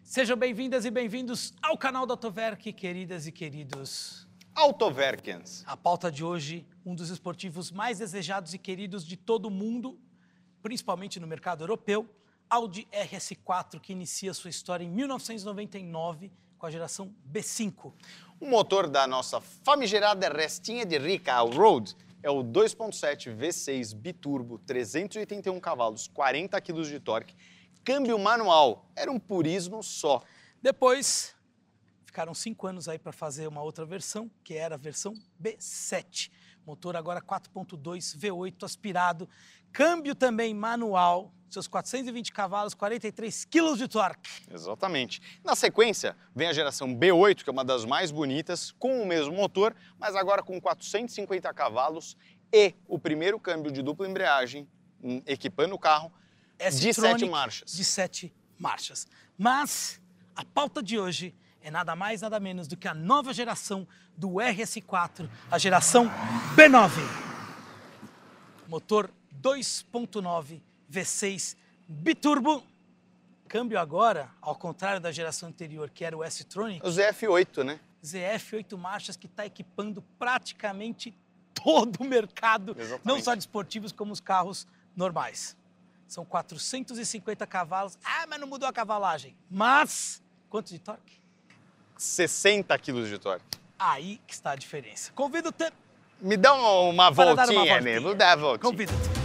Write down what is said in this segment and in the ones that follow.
Sejam bem-vindas e bem-vindos ao canal da Autoverk, queridas e queridos. Autoverkens. A pauta de hoje, um dos esportivos mais desejados e queridos de todo o mundo, principalmente no mercado europeu, Audi RS4, que inicia sua história em 1999 com a geração B5. O motor da nossa famigerada restinha de rica Allroad é o 2.7 V6 biturbo, 381 cavalos, 40 kg de torque, câmbio manual, era um purismo só. Depois, ficaram 5 anos aí para fazer uma outra versão, que era a versão B7. Motor agora 4.2 V8 aspirado, câmbio também manual, seus 420 cavalos, 43 kg de torque. Exatamente. Na sequência, vem a geração B8, que é uma das mais bonitas, com o mesmo motor, mas agora com 450 cavalos e o primeiro câmbio de dupla embreagem, equipando o carro, de 7 marchas. De 7 marchas. Mas a pauta de hoje é nada mais, nada menos do que a nova geração do RS4, a geração B9. Motor 2.9 V6 biturbo. Câmbio agora, ao contrário da geração anterior, que era o S-Tronic. O ZF8, né? ZF 8 marchas que está equipando praticamente todo o mercado, Exatamente. não só de esportivos como os carros normais. São 450 cavalos. Ah, mas não mudou a cavalagem. Mas, quanto de torque? 60 kg de torque. Aí que está a diferença. Convido-te Me dá uma para dar voltinha, uma voltinha. né? Vou dar a voltinha. Convido-te.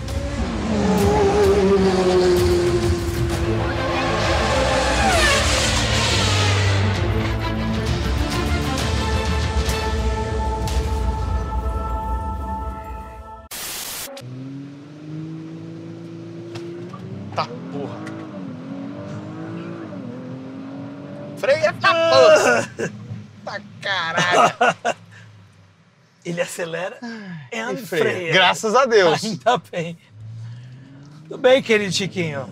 Tá, porra. Freia pra porra. Tá caralho. Ele acelera E e freia. freia. Graças a Deus. Ainda bem. Tudo bem, querido Chiquinho?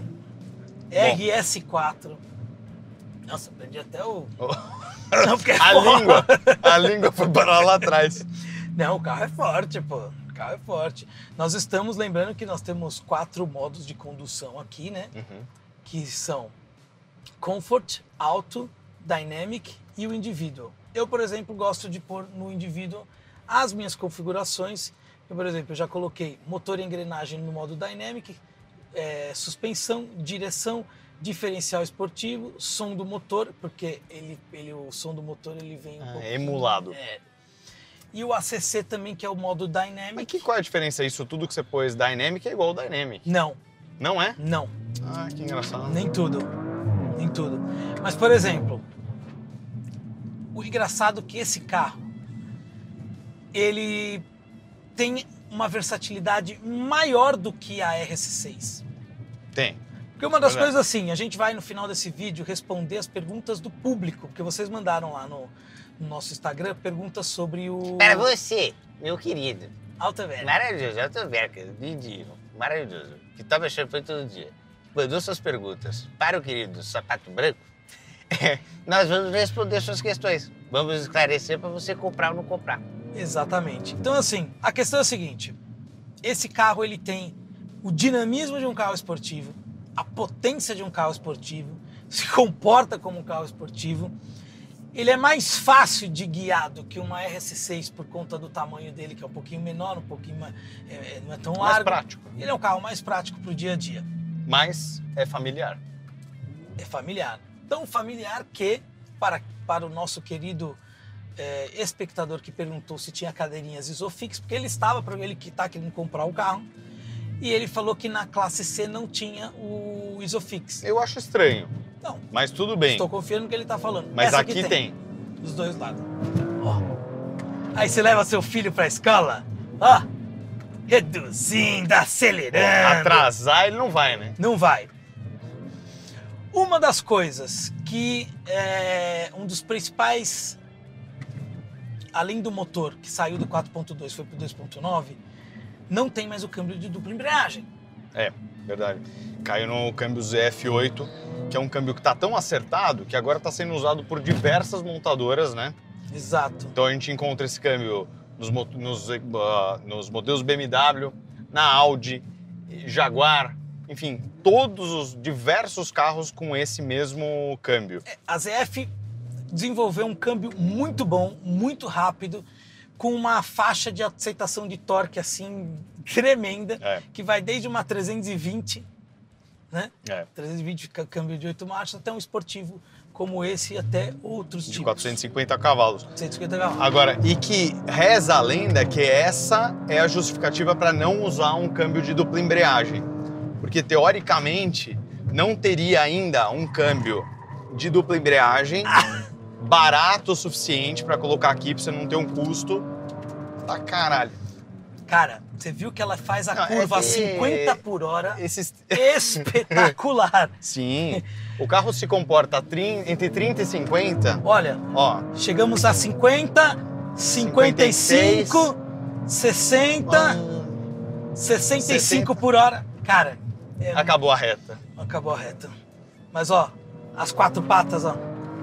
RS4. Nossa, perdi até o... Não, porque é forte. A língua foi parar lá atrás. Não, o carro é forte, pô. O carro é forte. Nós estamos lembrando que nós temos 4 modos de condução aqui, né? Que são Comfort, Auto, Dynamic e o Individual. Eu, por exemplo, gosto de pôr no Individual as minhas configurações. Eu, por exemplo, eu já coloquei motor e engrenagem no modo Dynamic, suspensão, direção, diferencial esportivo, som do motor, porque o som do motor ele vem um pouco emulado. E o ACC também, que é o modo Dynamic. Mas qual é a diferença? Isso tudo que você pôs Dynamic é igual ao Dynamic. Não, Não é? não. Ah, que engraçado. Nem tudo. Nem tudo. Mas, por exemplo, o engraçado é que esse carro, ele tem uma versatilidade maior do que a RS6. Tem. Porque uma das Verdade. coisas assim, a gente vai no final desse vídeo responder as perguntas do público, porque vocês mandaram lá no nosso Instagram perguntas sobre o... Para você, meu querido, Autoverk. maravilhoso, Autoverk, lindinho, maravilhoso, que toma champanhe todo dia, mandou suas perguntas para o querido Sapato Branco, nós vamos responder suas questões. Vamos esclarecer para você comprar ou não comprar. Exatamente. Então, assim, a questão é a seguinte. Esse carro, ele tem o dinamismo de um carro esportivo, a potência de um carro esportivo, se comporta como um carro esportivo. Ele é mais fácil de guiar do que uma RS6 por conta do tamanho dele, que é um pouquinho menor, um pouquinho mais, não é tão largo. Mais prático. Ele é um carro mais prático para o dia a dia. Mas é familiar. É familiar. Tão familiar que, para o nosso querido espectador que perguntou se tinha cadeirinhas Isofix, porque ele está querendo comprar o carro, e ele falou que na classe C não tinha o Isofix. Eu acho estranho, Não, mas tudo bem. estou confiando no que ele está falando. Mas Essa aqui tem. Dos dois lados. Ó. Aí você leva seu filho para a escola, ó, reduzindo, acelerando. Atrasar ele não vai, né? Não vai. Uma das coisas que é um dos principais, além do motor que saiu do 4.2 foi para o 2.9, não tem mais o câmbio de dupla embreagem. É, verdade. Caiu no câmbio ZF8, que é um câmbio que está tão acertado que agora está sendo usado por diversas montadoras, né? Exato. Então a gente encontra esse câmbio nos modelos BMW, na Audi, Jaguar, enfim, todos os diversos carros com esse mesmo câmbio. A ZF desenvolveu um câmbio muito bom, muito rápido, com uma faixa de aceitação de torque assim tremenda, que vai desde uma 320, né? 320 câmbio de 8 marchas até um esportivo como esse e até outros De tipos. 450 cavalos. 450 cavalos. Agora, e que reza a lenda que essa é a justificativa para não usar um câmbio de dupla embreagem. Porque, teoricamente, não teria ainda um câmbio de dupla embreagem barato o suficiente para colocar aqui, para você não ter um custo da caralho. Cara, você viu que ela faz a curva a 50 por hora? Esses... Espetacular! Sim. O carro se comporta entre 30 e 50. Olha, Ó, chegamos a 50, 55, 60, 65 por hora. Cara, acabou a reta. Acabou a reta. Mas ó, as 4 patas, ó.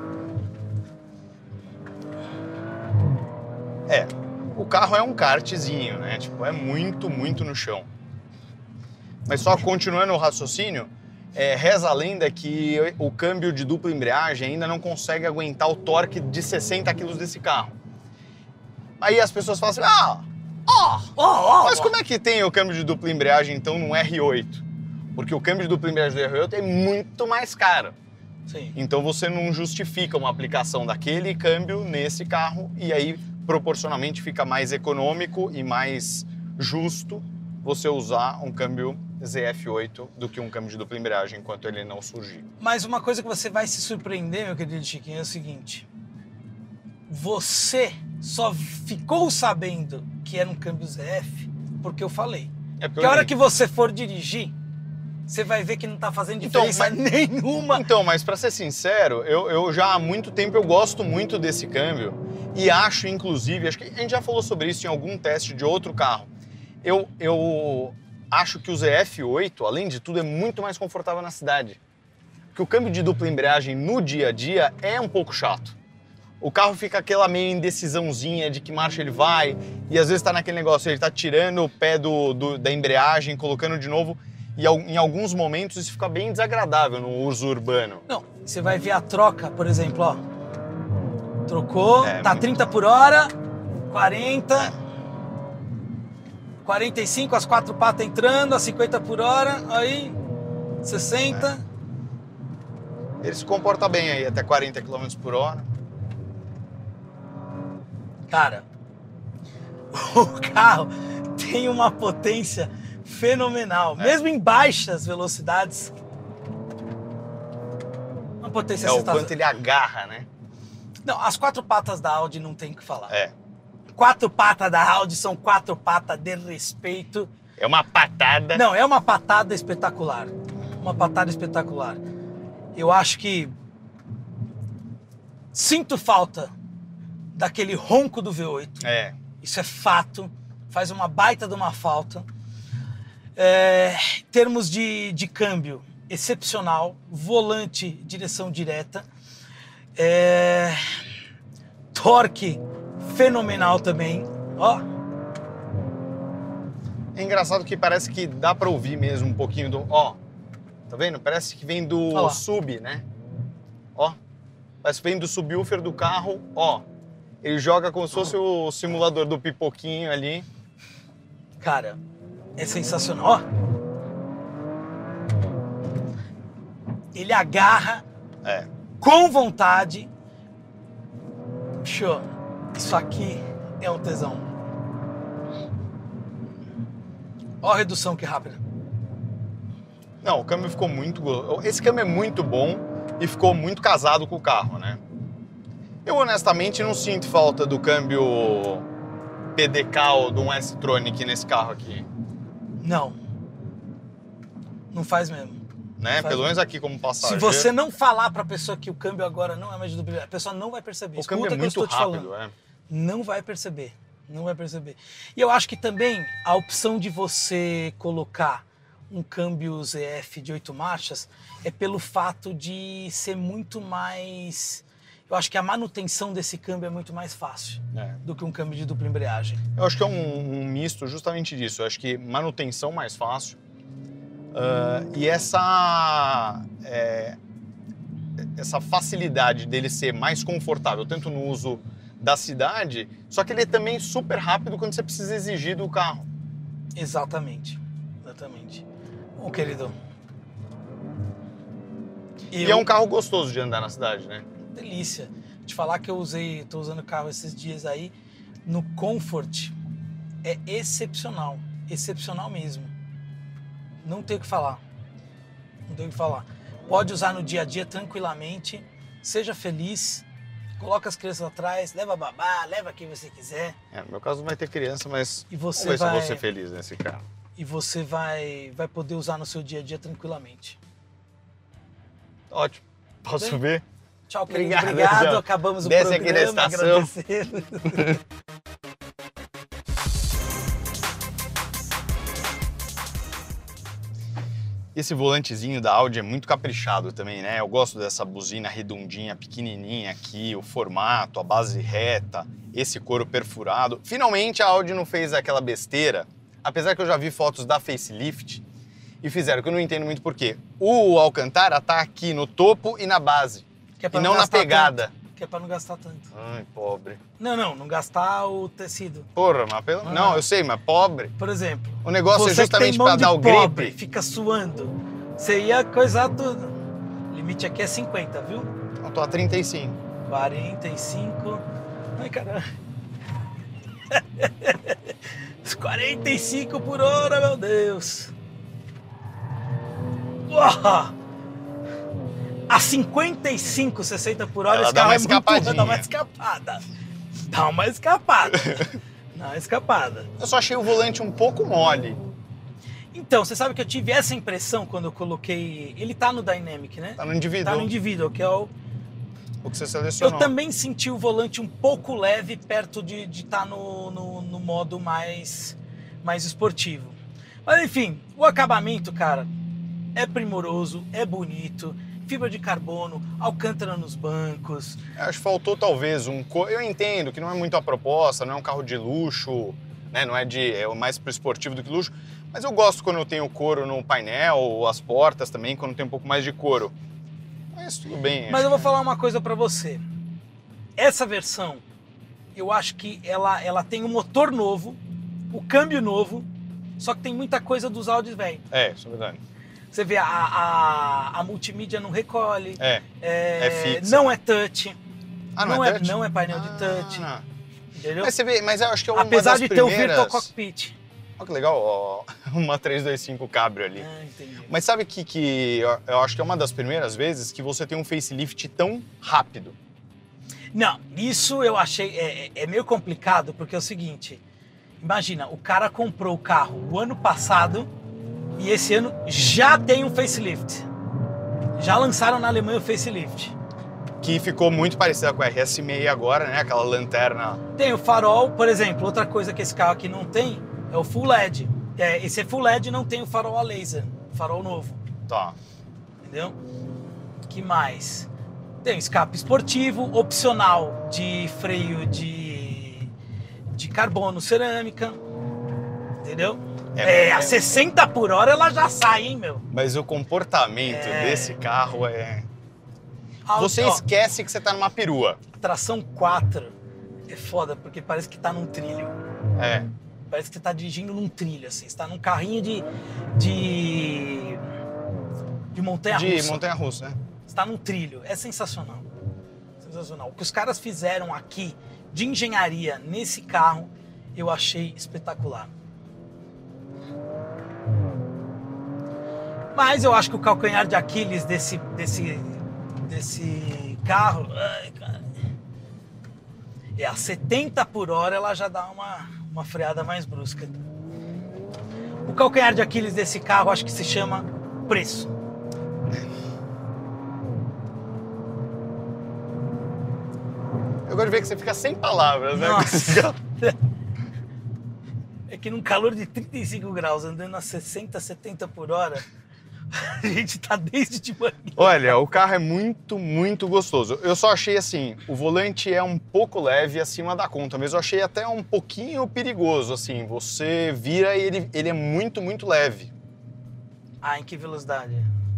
O carro é um kartzinho, né? Tipo, é muito, muito no chão. Mas só continuando o raciocínio, reza a lenda que o câmbio de dupla embreagem ainda não consegue aguentar o torque de 60 kg desse carro. Aí as pessoas falam assim, mas como é que tem o câmbio de dupla embreagem então no R8? Porque o câmbio de dupla embreagem do R8 é muito mais caro. Sim. Então você não justifica uma aplicação daquele câmbio nesse carro e aí proporcionalmente fica mais econômico e mais justo você usar um câmbio ZF8 do que um câmbio de dupla embreagem enquanto ele não surgir. Mas uma coisa que você vai se surpreender, meu querido Chiquinho, é o seguinte. Você só ficou sabendo que era um câmbio ZF porque eu falei. Porque a hora que você for dirigir, você vai ver que não tá fazendo diferença nenhuma. Então, mas para ser sincero, eu já há muito tempo eu gosto muito desse câmbio e acho, inclusive, acho que a gente já falou sobre isso em algum teste de outro carro. Eu acho que o ZF8, além de tudo, é muito mais confortável na cidade. Porque o câmbio de dupla embreagem no dia a dia é um pouco chato. O carro fica aquela meio indecisãozinha de que marcha ele vai e às vezes tá naquele negócio, ele tá tirando o pé da embreagem, colocando de novo. E em alguns momentos isso fica bem desagradável no uso urbano. Não, você vai ver a troca, por exemplo, ó. Trocou, tá 30 por hora, 40, 45, as 4 patas entrando, a 50 por hora, aí 60. Ele se comporta bem aí, até 40 km por hora. Cara, o carro tem uma potência fenomenal, mesmo em baixas velocidades. Uma potência o quanto ele agarra, né? Não, as 4 patas da Audi não tem o que falar. 4 patas da Audi são 4 patas de respeito. É uma patada. Não, é uma patada espetacular. Uma patada espetacular. Eu acho que sinto falta daquele ronco do V8. Isso é fato. Faz uma baita de uma falta. Em termos de câmbio, excepcional. Volante, direção direta. Torque, fenomenal também. Ó. É engraçado que parece que dá pra ouvir mesmo um pouquinho do... Ó, tá vendo? Parece que vem do sub, né? Ó, parece que vem do subwoofer do carro. Ó, ele joga como se fosse o simulador do pipoquinho ali. Cara, é sensacional. Ó. Ele agarra com vontade. Show. Isso aqui é um tesão. Ó a redução que rápida. Não, o câmbio ficou muito... Esse câmbio é muito bom e ficou muito casado com o carro, né? Eu, honestamente, não sinto falta do câmbio PDK ou de um S-Tronic nesse carro aqui. Não. Não faz mesmo. Né? Pelo menos aqui como passageiro. Se você não falar pra pessoa que o câmbio agora não é mais de dupla, a pessoa não vai perceber. O câmbio é muito rápido, Não vai perceber. Não vai perceber. E eu acho que também a opção de você colocar um câmbio ZF de 8 marchas é pelo fato de ser muito mais... Eu acho que a manutenção desse câmbio é muito mais fácil do que um câmbio de dupla embreagem. Eu acho que é um misto justamente disso. Eu acho que manutenção mais fácil. E essa facilidade dele ser mais confortável, tanto no uso da cidade, só que ele é também super rápido quando você precisa exigir do carro. Exatamente. Bom, querido. E é um carro gostoso de andar na cidade, né? Delícia. Te falar que tô usando o carro esses dias aí, no Comfort, é excepcional mesmo. Não tenho o que falar. Pode usar no dia a dia tranquilamente, seja feliz, coloca as crianças atrás, leva babá, leva quem você quiser. No meu caso não vai ter criança, mas e vamos ver se eu vou ser feliz nesse carro. E você vai poder usar no seu dia a dia tranquilamente. Ótimo. Posso ver? Tchau, querido. Obrigado. Acabamos o programa. Desce aqui na estação. Esse volantezinho da Audi é muito caprichado também, né? Eu gosto dessa buzina redondinha, pequenininha aqui, o formato, a base reta, esse couro perfurado. Finalmente a Audi não fez aquela besteira, apesar que eu já vi fotos da facelift e fizeram, que eu não entendo muito por quê. O Alcantara tá aqui no topo e na base, e não na pegada. Que é pra não gastar tanto. Ai, pobre. Não gastar o tecido. Porra, mas Não, eu sei, mas pobre. Por exemplo, o negócio é justamente para dar o pobre, grip. Fica suando. Você ia coisar tudo. O limite aqui é 50, viu? Eu tô a 35. 45. Ai, caramba. 45 por hora, meu Deus. Uau! A 55, 60 por hora, ela esse carro é muito... Dá uma escapada. Eu só achei o volante um pouco mole. Então, você sabe que eu tive essa impressão quando eu coloquei... Ele tá no Dynamic, né? Tá no Individual. Tá no Individual, que é o que você selecionou. Eu também senti o volante um pouco leve, perto de estar no modo mais esportivo. Mas enfim, o acabamento, cara, é primoroso, é bonito... Fibra de carbono, alcântara nos bancos. Acho que faltou talvez Eu entendo que não é muito a proposta, não é um carro de luxo, né? Não é mais pro esportivo do que luxo. Mas eu gosto quando eu tenho couro no painel, as portas também, quando tem um pouco mais de couro. Mas tudo bem. Mas eu vou falar uma coisa pra você. Essa versão, eu acho que ela tem um motor novo, o câmbio novo, só que tem muita coisa dos Audi velho. Isso é verdade. Você vê, a multimídia não recolhe. É fixa. Não é touch. Não é touch? Não é painel de touch. Entendeu? Mas você vê, eu acho que é uma Apesar das de primeiras... ter o Virtual Cockpit. Olha que legal, uma 325 Cabrio ali. Entendi. Mas sabe que eu acho que é uma das primeiras vezes que você tem um facelift tão rápido. Não, isso eu achei... É meio complicado, porque é o seguinte... Imagina, o cara comprou o carro o ano passado... E esse ano já tem um facelift. Já lançaram na Alemanha o facelift. Que ficou muito parecida com a RS6 agora, né? Aquela lanterna. Tem o farol, por exemplo. Outra coisa que esse carro aqui não tem é o Full LED. Esse é Full LED e não tem o farol a laser. Farol novo. Tá. Entendeu? Que mais? Tem o escape esportivo, opcional de freio de carbono cerâmica. Entendeu? A 60 por hora ela já sai, hein, meu? Mas o comportamento desse carro é... Você esquece que você tá numa perua. Tração 4 é foda, porque parece que tá num trilho. Parece que você tá dirigindo num trilho, assim. Você tá num carrinho de montanha-russa. De montanha-russa, né? Você tá num trilho. É sensacional. Sensacional. O que os caras fizeram aqui de engenharia nesse carro, eu achei espetacular. Mas eu acho que o calcanhar de Aquiles desse carro, a 70 por hora ela já dá uma freada mais brusca. O calcanhar de Aquiles desse carro acho que se chama preço. Eu gosto de ver que você fica sem palavras, né? Nossa. É que num calor de 35 graus, andando a 60, 70 por hora... A gente tá desde de manhã. Olha, o carro é muito, muito gostoso. Eu só achei assim, o volante é um pouco leve acima da conta, mas eu achei até um pouquinho perigoso, assim. Você vira e ele é muito, muito leve. Ah, em que velocidade?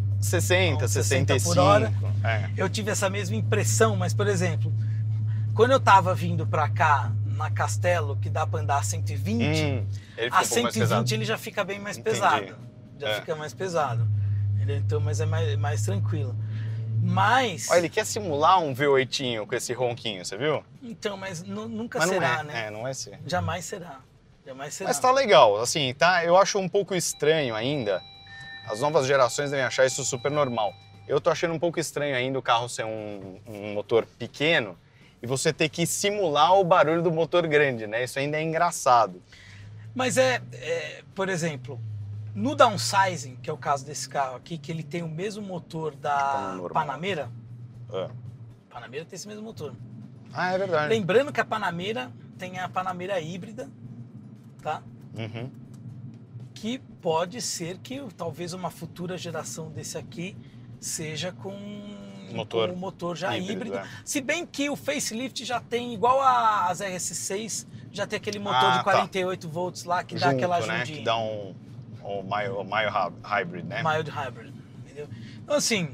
60, Então, 60 65. por hora. É. Eu tive essa mesma impressão, mas, por exemplo, quando eu tava vindo pra cá, na Castelo, que dá pra andar a 120, Ele fica a um pouco mais 120 pesado. ele já fica bem mais Entendi. pesado. Já fica mais pesado. Entendeu? Então, mas é mais tranquilo. Mas... Olha, ele quer simular um V8 com esse ronquinho, você viu? Então, mas nunca Mas será, não é, né? não vai ser. Jamais será. Jamais será. Mas tá legal, assim, tá? Eu acho um pouco estranho ainda. As novas gerações devem achar isso super normal. Eu tô achando um pouco estranho ainda o carro ser um motor pequeno e você ter que simular o barulho do motor grande, né? Isso ainda é engraçado. Mas por exemplo, no downsizing, que é o caso desse carro aqui, que ele tem o mesmo motor da normal. Panamera. É. Panamera tem esse mesmo motor. Ah, é verdade. Lembrando que a Panamera tem a Panamera híbrida, tá? Uhum. Que pode ser que talvez uma futura geração desse aqui seja com Motor o motor já híbrido. é. Se bem que o facelift já tem, igual as RS6, já tem aquele motor de 48 volts lá que dá aquela né? ajudinha. Que dá um Mile Hybrid, né? Mild hybrid, entendeu? Então assim,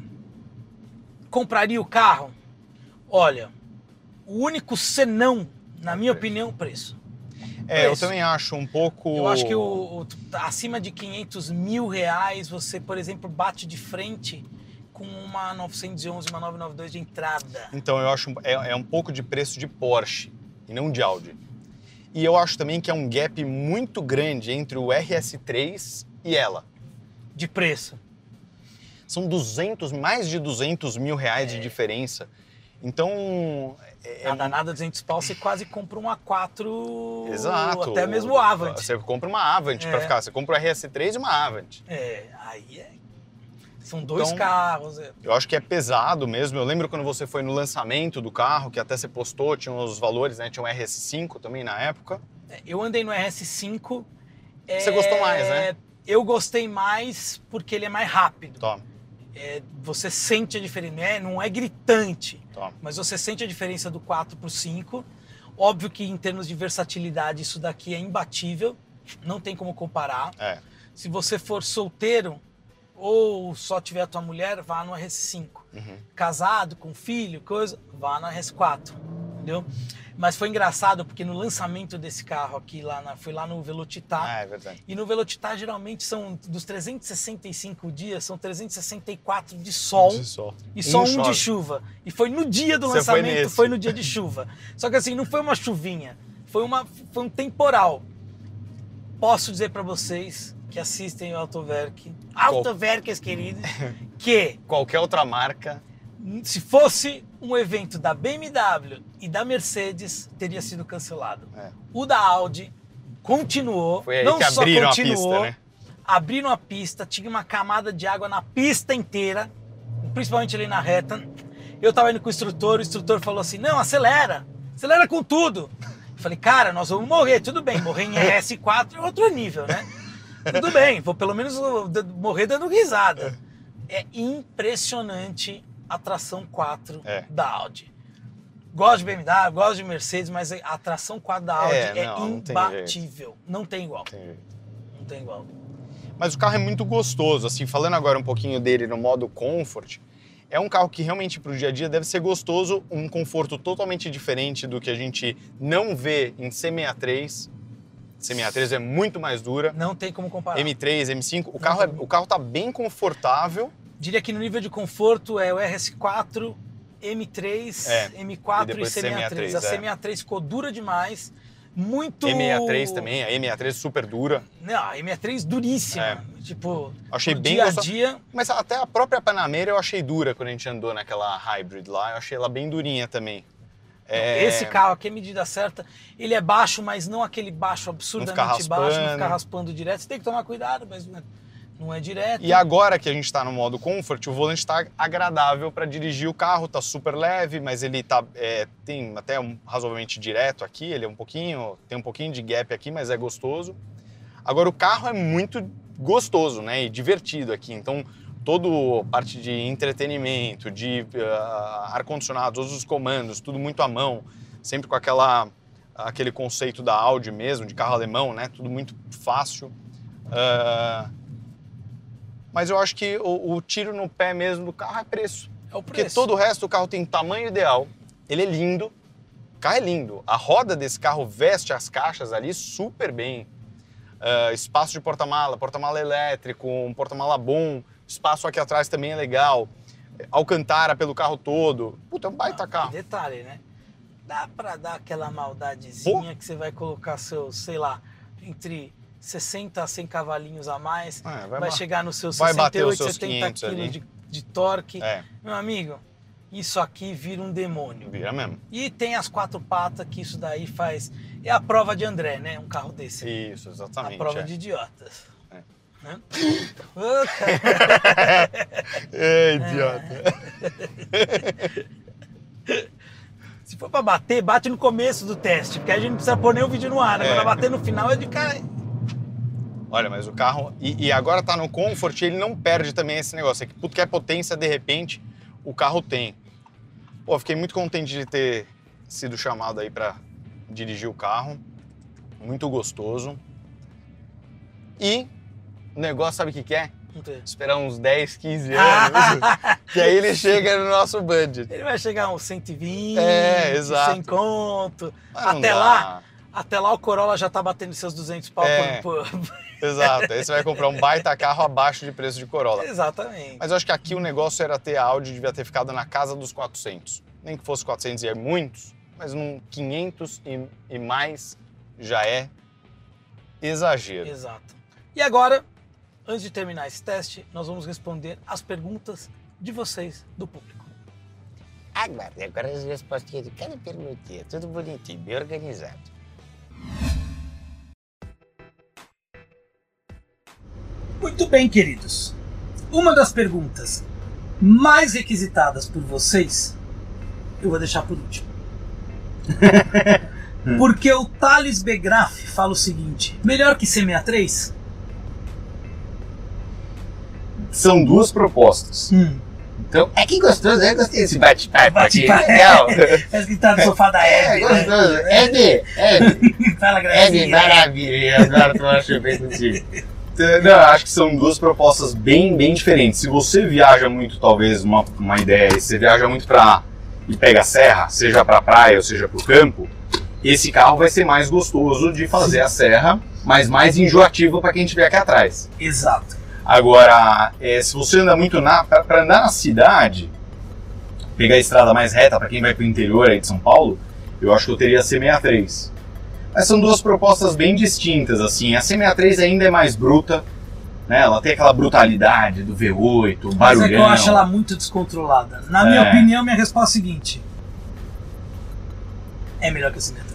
compraria o carro? Olha, o único senão, na minha opinião, o preço. Eu também acho um pouco... Eu acho que acima de 500 mil reais, você, por exemplo, bate de frente com uma 911, uma 992 de entrada. Então, eu acho um pouco de preço de Porsche e não de Audi. E eu acho também que é um gap muito grande entre o RS3 e ela. De preço. São mais de 200 mil reais de diferença. Então... Nada, 200 pau, você quase compra um A4, Exato. até mesmo o Avant. Você compra uma Avant pra ficar, você compra o RS3 e uma Avant. Aí são dois carros. Eu acho que é pesado mesmo. Eu lembro quando você foi no lançamento do carro, que até você postou, tinha os valores, né? Tinha um RS5 também na época. Eu andei no RS5. Você gostou mais, né? Eu gostei mais porque ele é mais rápido. Toma. Você sente a diferença, né? Não é gritante, Toma. mas você sente a diferença do 4 pro 5. Óbvio que em termos de versatilidade isso daqui é imbatível, não tem como comparar. Se você for solteiro ou só tiver a tua mulher, vá no RS5. Casado, com filho, coisa, vá no RS4, entendeu? Mas foi engraçado porque no lançamento desse carro aqui, foi lá no Velocitar. É verdade. E no Velocitar geralmente são dos 365 dias, são 364 de sol. E só um de chuva. E foi no dia do lançamento, foi no dia de chuva. Só que assim, não foi uma chuvinha, foi um temporal. Posso dizer para vocês que assistem o Autoverkers queridos, que qualquer outra marca, se fosse um evento da BMW e da Mercedes, teria sido cancelado. O da Audi continuou. Foi aí não que só abriram continuou, a pista, né? Abriram a pista, tinha uma camada de água na pista inteira, principalmente ali na reta. Eu tava indo com o instrutor falou assim, não, acelera com tudo. Eu falei, cara, nós vamos morrer, tudo bem, morrer em RS4 é outro nível, né? Tudo bem, vou pelo menos morrer dando risada. É impressionante a tração 4 da Audi. Gosto de BMW, gosto de Mercedes, mas a tração 4 da Audi é imbatível. Não tem igual. Não tem igual. Mas o carro é muito gostoso, assim, falando agora um pouquinho dele no modo Comfort, é um carro que realmente pro dia a dia deve ser gostoso, um conforto totalmente diferente do que a gente não vê em C63. C63 é muito mais dura. Não tem como comparar. M3, M5, o carro tá bem confortável. Diria que no nível de conforto é o RS4, M3, M4 e C63. A C63 ficou dura demais. Muito... M63 também, a M63 super dura. Não, a M63 duríssima. Tipo, achei bem dia a dia. Mas até a própria Panamera eu achei dura quando a gente andou naquela Hybrid lá. Eu achei ela bem durinha também. Esse carro aqui, a medida certa, ele é baixo, mas não aquele baixo absurdamente baixo, não ficar raspando direto. Você tem que tomar cuidado, mas não é direto. E agora que a gente está no modo Comfort, o volante está agradável para dirigir o carro, tá super leve, mas ele tem até razoavelmente direto aqui, ele tem um pouquinho de gap aqui, mas é gostoso. Agora o carro é muito gostoso, né, e divertido aqui, então toda parte de entretenimento, de ar-condicionado, todos os comandos, tudo muito à mão, sempre com aquele conceito da Audi mesmo, de carro alemão, né, tudo muito fácil. Mas eu acho que o tiro no pé mesmo do carro é preço. É o Porque preço. todo o resto do carro tem tamanho ideal, ele é lindo, o carro é lindo. A roda desse carro veste as caixas ali super bem. Espaço de porta-mala elétrico, um porta-mala bom, espaço aqui atrás também é legal. Alcantara pelo carro todo. Puta, é um baita carro. Detalhe, né? Dá pra dar aquela maldadezinha Pô. que você vai colocar seus, sei lá, entre 60 a 100 cavalinhos a mais, vai chegar nos seus vai bater 68, os seus 70 500 ali. quilos de torque. É, Meu amigo, isso aqui vira um demônio. vira mesmo. E tem as 4 patas que isso daí faz... É a prova de André, né? Um carro desse. Isso, exatamente. A prova é. de idiotas. É. Né? Ô, cara. É, idiota. Se for pra bater, bate no começo do teste, porque a gente não precisa pôr nem o vídeo no ar. Agora bater no final é de cara. Olha, mas o carro... E agora tá no Comfort, ele não perde também esse negócio. É que tudo que é potência, de repente, o carro tem. Pô, fiquei muito contente de ter sido chamado aí pra dirigir o carro. Muito gostoso. E o negócio, sabe o que é? Esperar uns 10, 15 anos, que aí ele chega no nosso budget. Ele vai chegar a uns 120, exato. 100 conto. Mas não Até dá. lá o Corolla já tá batendo seus 200 pau por... Exato, aí você vai comprar um baita carro abaixo de preço de Corolla. Exatamente. Mas eu acho que aqui o negócio era ter a Audi, devia ter ficado na casa dos 400. Nem que fosse 400 e é muitos, mas num 500 e mais já é exagero. Exato. E agora, antes de terminar esse teste, nós vamos responder as perguntas de vocês, do público. Agora as respostinhas de cada perguntinha, tudo bonitinho, bem organizado. Muito bem, queridos. Uma das perguntas mais requisitadas por vocês, eu vou deixar por último. Porque o Thales Begraf fala o seguinte: melhor que C63? São duas propostas. Então, É que gostoso, eu gostei desse bate-papo aqui. Bate-papo. Legal. Parece que tá no sofá da É Hebe. gostoso. Hebe, Fala, Hebe, Gracinha. maravilha. Eu adoro tomar chupê contigo. não, acho que são duas propostas bem diferentes. Se você viaja muito, talvez, uma ideia, se você viaja muito e pega a serra, seja pra praia ou seja pro campo, esse carro vai ser mais gostoso de fazer a serra, mas mais enjoativo para quem estiver aqui atrás. Exato. Agora, se você anda muito para andar na cidade, pegar a estrada mais reta para quem vai para o interior aí de São Paulo, eu acho que eu teria a C63. Mas são duas propostas bem distintas, assim. A C63 ainda é mais bruta, né? Ela tem aquela brutalidade do V8, barulhão. Mas é que eu acho ela muito descontrolada. Na minha opinião, minha resposta é a seguinte: é melhor que a C63.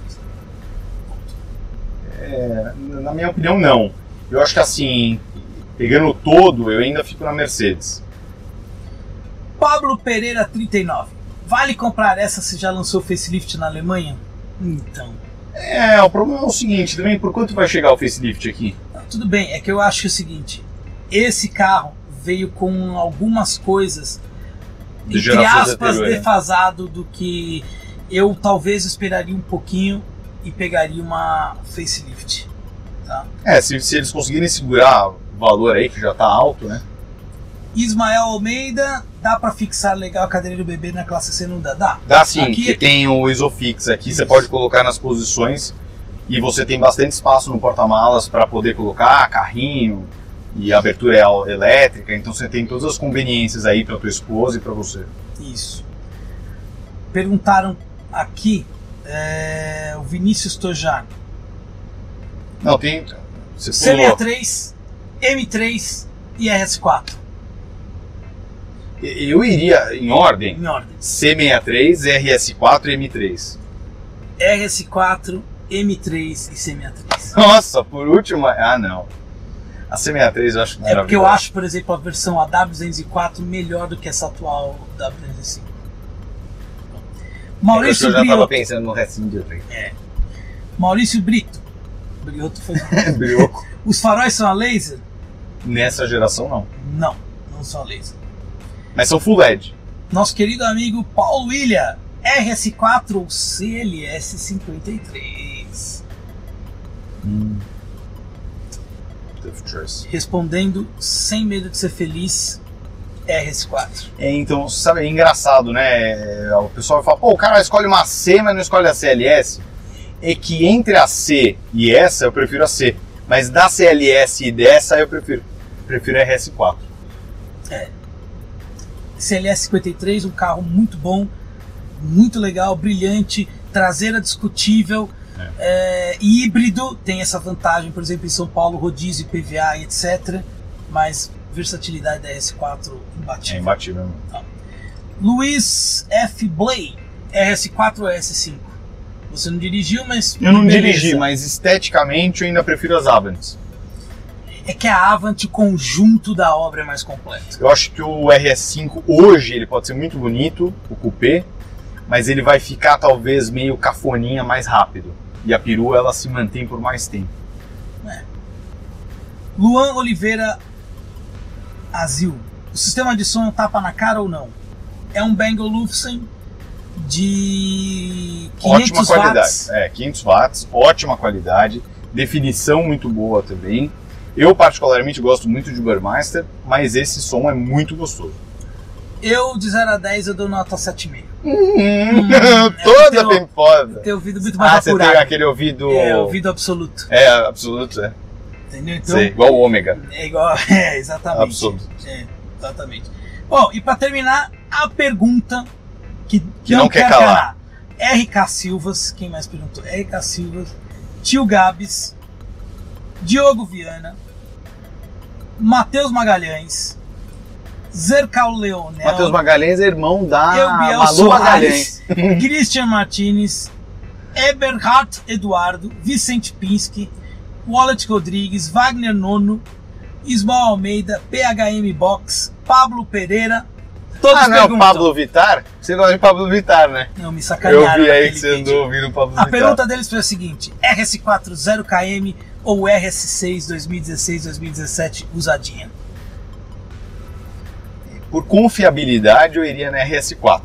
Na minha opinião, não. Eu acho que assim, pegando todo, eu ainda fico na Mercedes. Pablo Pereira 39. Vale comprar essa se já lançou facelift na Alemanha? Então. O problema é o seguinte, também, por quanto vai chegar o facelift aqui? Tudo bem, é que eu acho o seguinte: esse carro veio com algumas coisas, De entre gerações aspas, anteriores, né? defasado do que eu talvez esperaria um pouquinho e pegaria uma facelift. Tá? Se eles conseguirem segurar o valor aí, que já tá alto, né? Ismael Almeida, dá pra fixar legal a cadeira do bebê na classe C? Não dá? Dá sim, Aqui- que tem o Isofix aqui, você pode colocar nas posições e você tem bastante espaço no porta-malas para poder colocar carrinho e abertura elétrica, então você tem todas as conveniências aí para tua esposa e para você. Isso. Perguntaram aqui, o Vinícius Tojar. Não, tem... Você pulou. C63, M3 e RS4, Eu iria em ordem, em ordem. C63, RS4 e M3. RS4, M3 e C63. Nossa, por último... Ah, não. A C63 eu acho É porque eu maravilhosa. acho, por exemplo, a versão AW204 melhor do que essa atual W205. Maurício eu já tava Brioto. pensando no restinho de outra. Maurício Brito. Brioto foi. Brioco. Os faróis são a laser? Nessa geração, não. Não, não são a laser. Mas são full LED. Nosso querido amigo Paulo William, RS4 ou CLS 53. of choice. Respondendo sem medo de ser feliz, RS4. Então, sabe, é engraçado, né? O pessoal fala, pô, o cara escolhe uma C, mas não escolhe a CLS. É que entre a C e essa, eu prefiro a C. Mas da CLS e dessa, eu prefiro a RS4. CLS 53, um carro muito bom, muito legal, brilhante, traseira discutível, híbrido, tem essa vantagem, por exemplo, em São Paulo, rodízio, PVA e etc. Mas versatilidade da RS4 imbatível. É imbatível mesmo. Tá. Luiz F. Blay, RS4 ou RS5? Você não dirigiu, mas... Eu não beleza. dirigi, mas esteticamente eu ainda prefiro as Avants. É que a Avant, o conjunto da obra é mais completo. Eu acho que o RS5 hoje ele pode ser muito bonito, o coupé, mas ele vai ficar talvez meio cafoninha mais rápido. E a perua ela se mantém por mais tempo. Luan Oliveira Azil. O sistema de som é um tapa na cara ou não? É um Bang & Olufsen de 500 Ótima qualidade. watts. 500 watts, ótima qualidade, definição muito boa também. Eu particularmente gosto muito de Burmeister, mas esse som é muito gostoso. Eu, de 0 a 10, eu dou nota 7,5. Toda bem foda. Tem ouvido muito mais você apurado. tem aquele ouvido... ouvido absoluto. Absoluto, Entendeu? Então, Sei, igual o ômega. é igual, exatamente. Absoluto. Exatamente. Bom, e para terminar, a pergunta que não quer calar. RK Silvas, quem mais perguntou? RK Silvas, Tio Gabs, Diogo Viana, Matheus Magalhães, Zercal Leonel, Matheus Magalhães é irmão da Elbiel Malu Soares, Magalhães. Christian Martinez, Eberhard Eduardo, Vicente Pinsky, Wallet Rodrigues, Wagner Nono, Ismael Almeida, PHM Box, Pablo Pereira. Todos Não é o perguntam. Pablo Vittar? Você gosta de Pablo Vittar, né? Não, me sacanearam. Eu vi aí naquele que você vídeo. andou ouvindo o Pablo A Vittar. pergunta deles foi a seguinte: RS4 0km ou RS6 2016-2017 usadinha? Por confiabilidade, eu iria na RS4.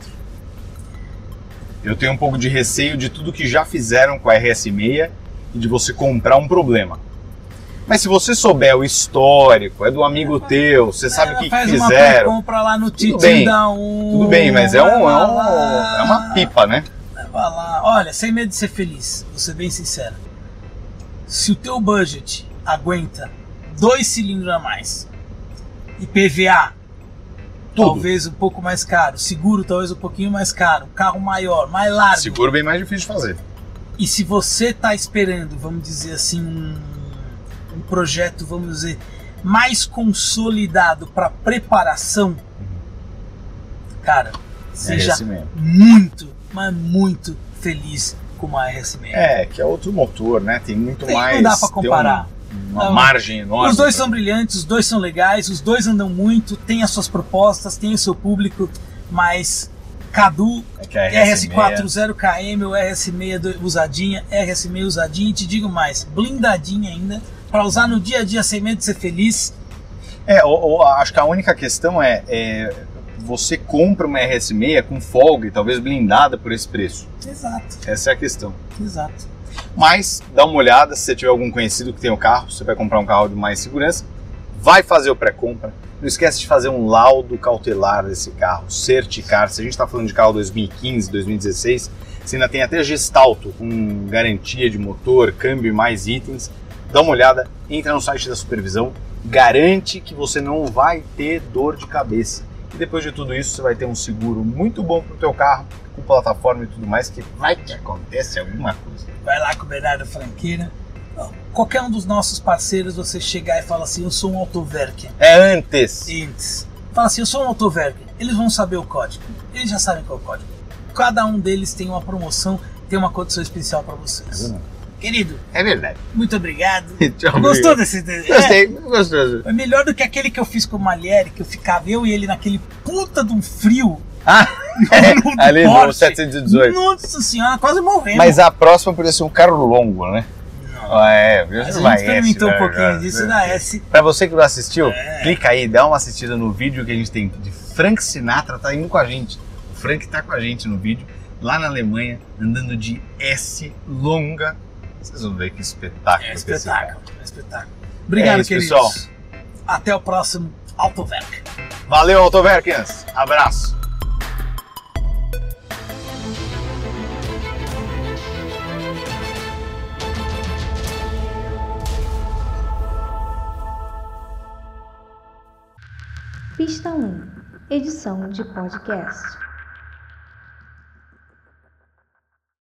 Eu tenho um pouco de receio de tudo que já fizeram com a RS6 e de você comprar um problema. Mas se você souber o histórico, é do amigo teu, você sabe o que faz fizeram. uma compra lá no Titio bem, da um. Tudo bem, mas é leva uma pipa, né? Leva lá. Olha, sem medo de ser feliz, vou ser bem sincero. Se o teu budget aguenta 2 cilindros a mais e PVA Tudo. talvez um pouco mais caro, seguro talvez um pouquinho mais caro, carro maior, mais largo. Seguro bem mais difícil de fazer. E se você está esperando, vamos dizer assim, um projeto, vamos dizer, mais consolidado para preparação, cara, seja RS6. muito, mas muito feliz com uma RS6. Que é outro motor, né? Tem muito mais. Não dá para tem comparar. uma margem enorme. Os dois são brilhantes, os dois são legais, os dois andam muito, têm as suas propostas, têm o seu público, mas Cadu, que a RS4 0km ou RS6 usadinha, RS6 usadinha, e te digo mais, blindadinha ainda, para usar no dia a dia sem medo de ser feliz. Acho que a única questão é você compra uma RS6 com folga e talvez blindada por esse preço. Exato, Essa é a questão. exato. Mas dá uma olhada, se você tiver algum conhecido que tem o carro, você vai comprar um carro de mais segurança, vai fazer o pré-compra. Não esquece de fazer um laudo cautelar desse carro, certicar. Se a gente está falando de carro 2015, 2016, você ainda tem até gestalto com garantia de motor, câmbio e mais itens. Dá uma olhada, entra no site da Supervisão, garante que você não vai ter dor de cabeça. E depois de tudo isso, você vai ter um seguro muito bom para o teu carro, com plataforma e tudo mais, que vai que acontece alguma coisa. Vai lá com o Bernardo Franqueira. Qualquer um dos nossos parceiros, você chegar e fala assim, eu sou um Autowerk. Antes. Fala assim, eu sou um Autowerk. Eles vão saber o código. Eles já sabem qual é o código. Cada um deles tem uma promoção, tem uma condição especial para vocês. Querido, É verdade. muito obrigado. Tchau, Gostou desse? Gostei, gostoso. É melhor do que aquele que eu fiz com o Malieri, que eu ficava eu e ele naquele puta de um frio. Ali no Porsche. 718. Nossa senhora, quase morremos. Mas a próxima podia ser um carro longo, né? Não. É, A gente experimentou um pouquinho disso na S. Pra você que não assistiu, clica aí, dá uma assistida no vídeo que a gente tem de Frank Sinatra, tá indo com a gente. O Frank tá com a gente no vídeo, lá na Alemanha, andando de S longa. Vocês vão ver que espetáculo. É que esse espetáculo, carro. é espetáculo. Obrigado, isso, queridos. pessoal. Até o próximo Autoverk. Valeu, Autoverkens. Abraço. Pista 1, edição de podcast.